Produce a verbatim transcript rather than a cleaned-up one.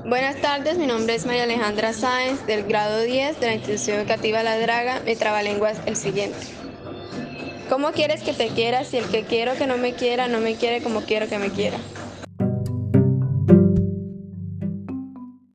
Buenas tardes, mi nombre es María Alejandra Sáenz, del grado diez de la institución educativa La Draga. Mi trabalengua es el siguiente. ¿Cómo quieres que te quiera si el que quiero que no me quiera no me quiere como quiero que me quiera?